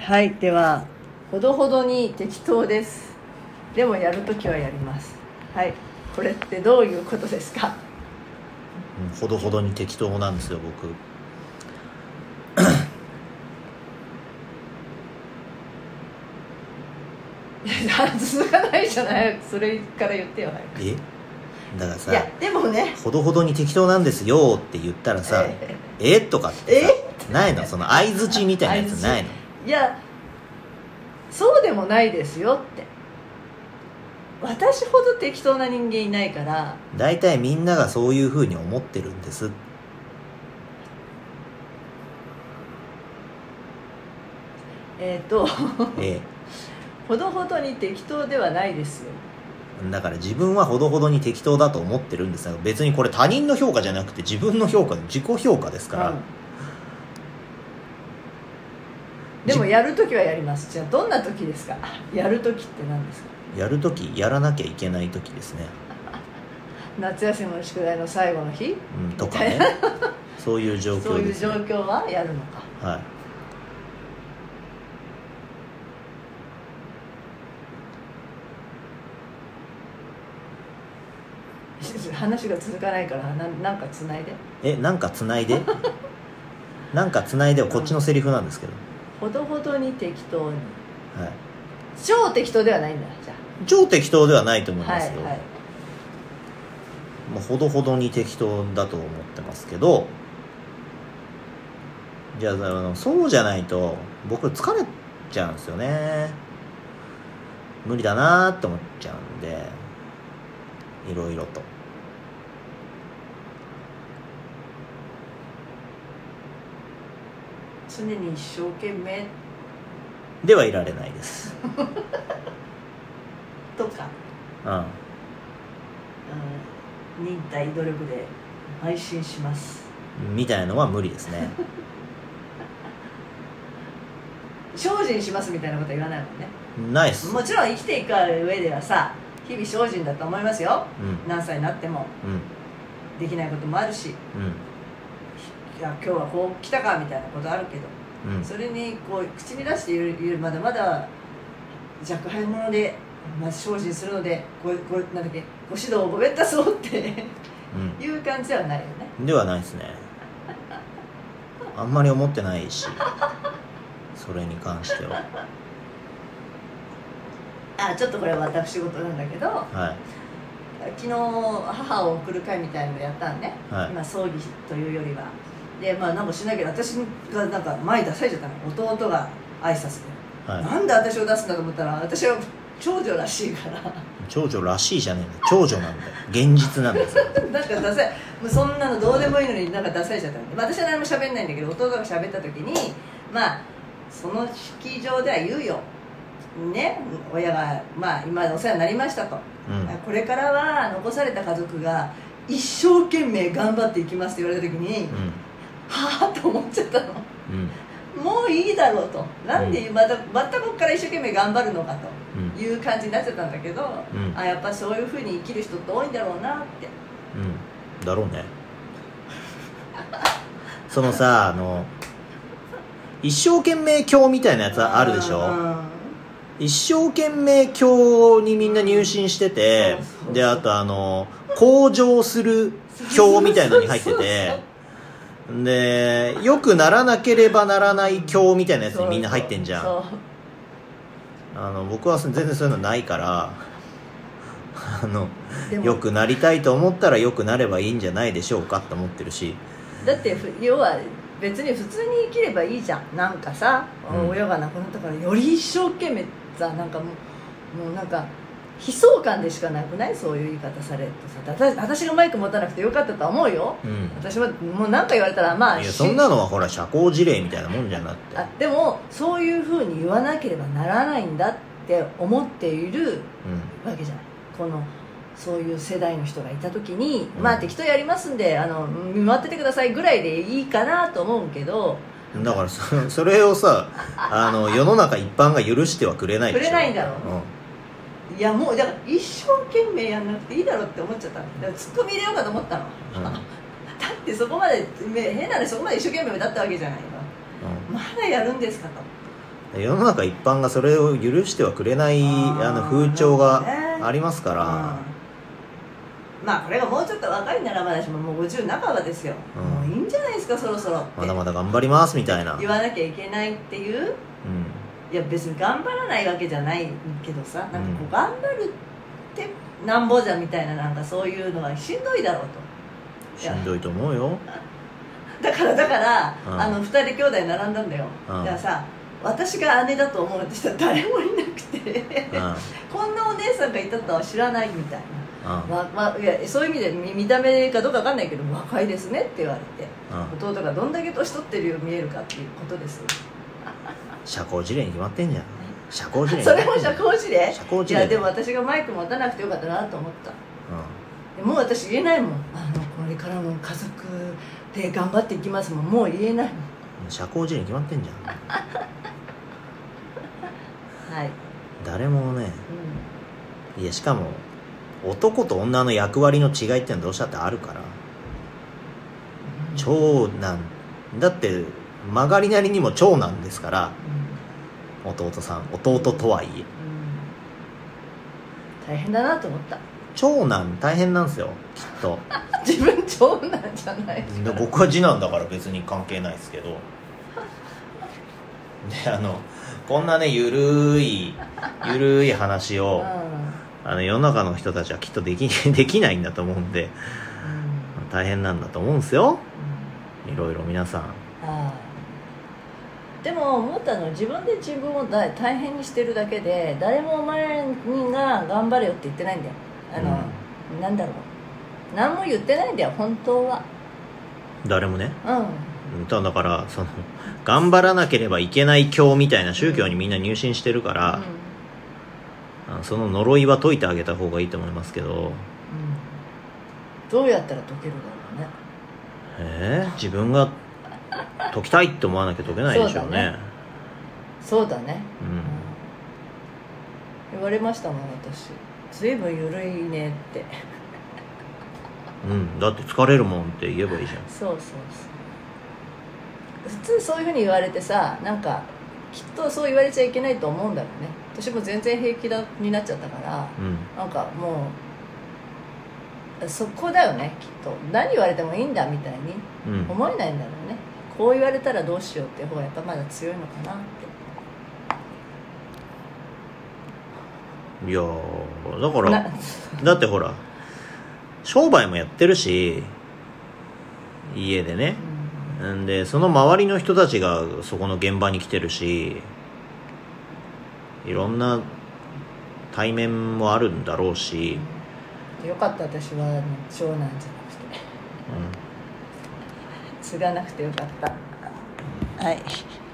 はい、ではほどほどに適当です。でもやるときはやります。はい、これってどういうことですか？ ほどほどに適当なんですよ僕。 続かないじゃない。それから言ってよ。 だからさ、 いやでもね、 ほどほどに適当なんですよって言ったらさ、とかってさ、ないの？その相づちみたいなやつないの？ いや、そうでもないですよって。私ほど適当な人間いないから。 だいたいみんながそういう風に思ってるんです。 ほどほどに適当ではないですよ。 だから自分はほどほどに適当だと思ってるんですが、別にこれ他人の評価じゃなくて自分の評価、自己評価ですから、 でもやるときはやります。じゃあどんなときですか？やるときって何ですか？ やるとき、やらなきゃいけないときですね。 夏休みの宿題の最後の日、 とかねそういう状況ですね。 そういう状況はやるのか。 はい。 話が続かないからなんかつないで。 なんかつないでなんかつないではこっちのセリフなんですけど、 ほどほどに適当に、 はい、 超適当ではないんだ。じゃあ超適当ではないと思いますよ、 はいはい、 もうほどほどに適当だと思ってますけど、じゃあそうじゃないと僕疲れちゃうんですよね。無理だなって思っちゃうんで、いろいろと。 常に一生懸命ではいられないですとか、忍耐努力で邁進しますみたいのは無理ですね精進しますみたいなことは言わないもんね。 ないっす。 もちろん生きていく上ではさ、日々精進だと思いますよ、何歳になっても、できないこともあるし、いや今日はこう来たかみたいなことあるけど、それにこう口に出して言うまだまだ若輩者で、精進するのでなんだっけ、ご指導をごべったそうっていう感じではないよね。 ではないですね。あんまり思ってないしそれに関してはちょっとこれは私事なんだけど、昨日母を送る会みたいなのをやったんね、葬儀というよりは。でなんかしなきゃ、私がなんか前に出されちゃったの。弟が挨拶で、なんで私を出すんだと思ったら、私は長女らしいから。 長女らしいじゃねえんだ、長女なんだよ、現実なんですよなんか出され、もうそんなのどうでもいいのになんか出されちゃったんで、私は何も喋んないんだけど、弟が喋った時にその式場では言うよね、親が今お世話になりましたと、これからは残された家族が一生懸命頑張っていきますって言われた時に、はぁと思っちゃったの、もういいだろうと、なんでまたここから一生懸命頑張るのかという感じになっちゃったんだけど、やっぱそういうふうに生きる人って多いんだろうなって。 だろうねそのさ、一生懸命教みたいなやつあるでしょ。一生懸命教にみんな入信してて、であと向上する教みたいのに入ってて、で良くならなければならない教みたいなやつにみんな入ってんじゃん。僕は全然そういうのないから良くなりたいと思ったら良くなればいいんじゃないでしょうかと思ってるし。だって要は別に普通に生きればいいじゃん。なんかさ、親が亡くなったからより一生懸命さ、なんかもうなんか悲壮感でしかなくない？そういう言い方されるとさ、私がマイク持たなくてよかったとは思うよ、私はもう何か言われたらいや、そんなのはほら社交辞令みたいなもんじゃなくて、 でもそういうふうに言わなければならないんだって思っているわけじゃない、そういう世代の人がいた時に、適当やりますんで見守っててくださいぐらいでいいかなと思うけど、 だからそれをさ世の中一般が許してはくれないでしょ。 くれないんだろう、いやもうだから一生懸命やんなくていいだろうって思っちゃったの。だからツッコミ入れようかと思ったの、だってそこまで変な話、そこまで一生懸命だったわけじゃないの、まだやるんですかと。 世の中一般がそれを許してはくれない風潮がありますから、 まあこれがもうちょっと若いならまだしももう50半ばですよ、もういいんじゃないですかそろそろってまだまだ頑張りますみたいな言わなきゃいけないっていう、いや別に頑張らないわけじゃないけどさ、なんかこう頑張るってなんぼじゃみたいな、なんかそういうのがしんどいだろうと。 しんどいと思うよ。 だから2人兄弟並んだんだよ。だからさ、私が姉だと思うって人は誰もいなくてこんなお姉さんがいたとは知らないみたいな、いやそういう意味で見た目かどうかわかんないけど若いですねって言われて、弟がどんだけ年取ってるように見えるかっていうことです。 社交辞令に決まってんじゃん。社交辞令それも社交辞令。 社交辞令。 いやでも私がマイク持たなくてよかったなと思った。もう私言えないもん、これからも家族で頑張っていきますもん、もう言えないもん。 社交辞令に決まってんじゃん。 はい。 誰もね、いやしかも男と女の役割の違いってのはどうしたってあるから、長男だって曲がりなりにも長男ですから、弟さん、弟とはいえ、 大変だなと思った。 長男大変なんですよきっと自分長男じゃないですか。 僕は次男だから別に関係ないですけどでこんなねゆるい話を、世の中の人たちはきっとできないんだと思うんで、大変なんだと思うんですよ、いろいろ皆さん。 でも思ったのは、自分で自分を大変にしてるだけで、誰もお前が頑張れよって言ってないんだよ。なんだろう、何も言ってないんだよ本当は。 誰もね。だから頑張らなければいけない教みたいな宗教にみんな入信してるから、その呪いは解いてあげた方がいいと思いますけど、 どうやったら解けるだろうね。 自分が解きたいって思わなきゃ解けないでしょうね。 そうだね、言われましたもん私、ずいぶんゆるいねってだって疲れるもんって言えばいいじゃん。 そう普通そういうふうに言われてさ、なんかきっとそう言われちゃいけないと思うんだろうね。私も全然平気になっちゃったから、なんかもうそこだよね、きっと何言われてもいいんだみたいに思えないんだろうね、こう言われたらどうしようっていう方がやっぱまだ強いのかなって。 いやだからだってほら商売もやってるし家でね、でその周りの人たちがそこの現場に来てるし、いろんな対面もあるんだろうし、 よかった、私は長男じゃなくて、継がなくてよかった。はい。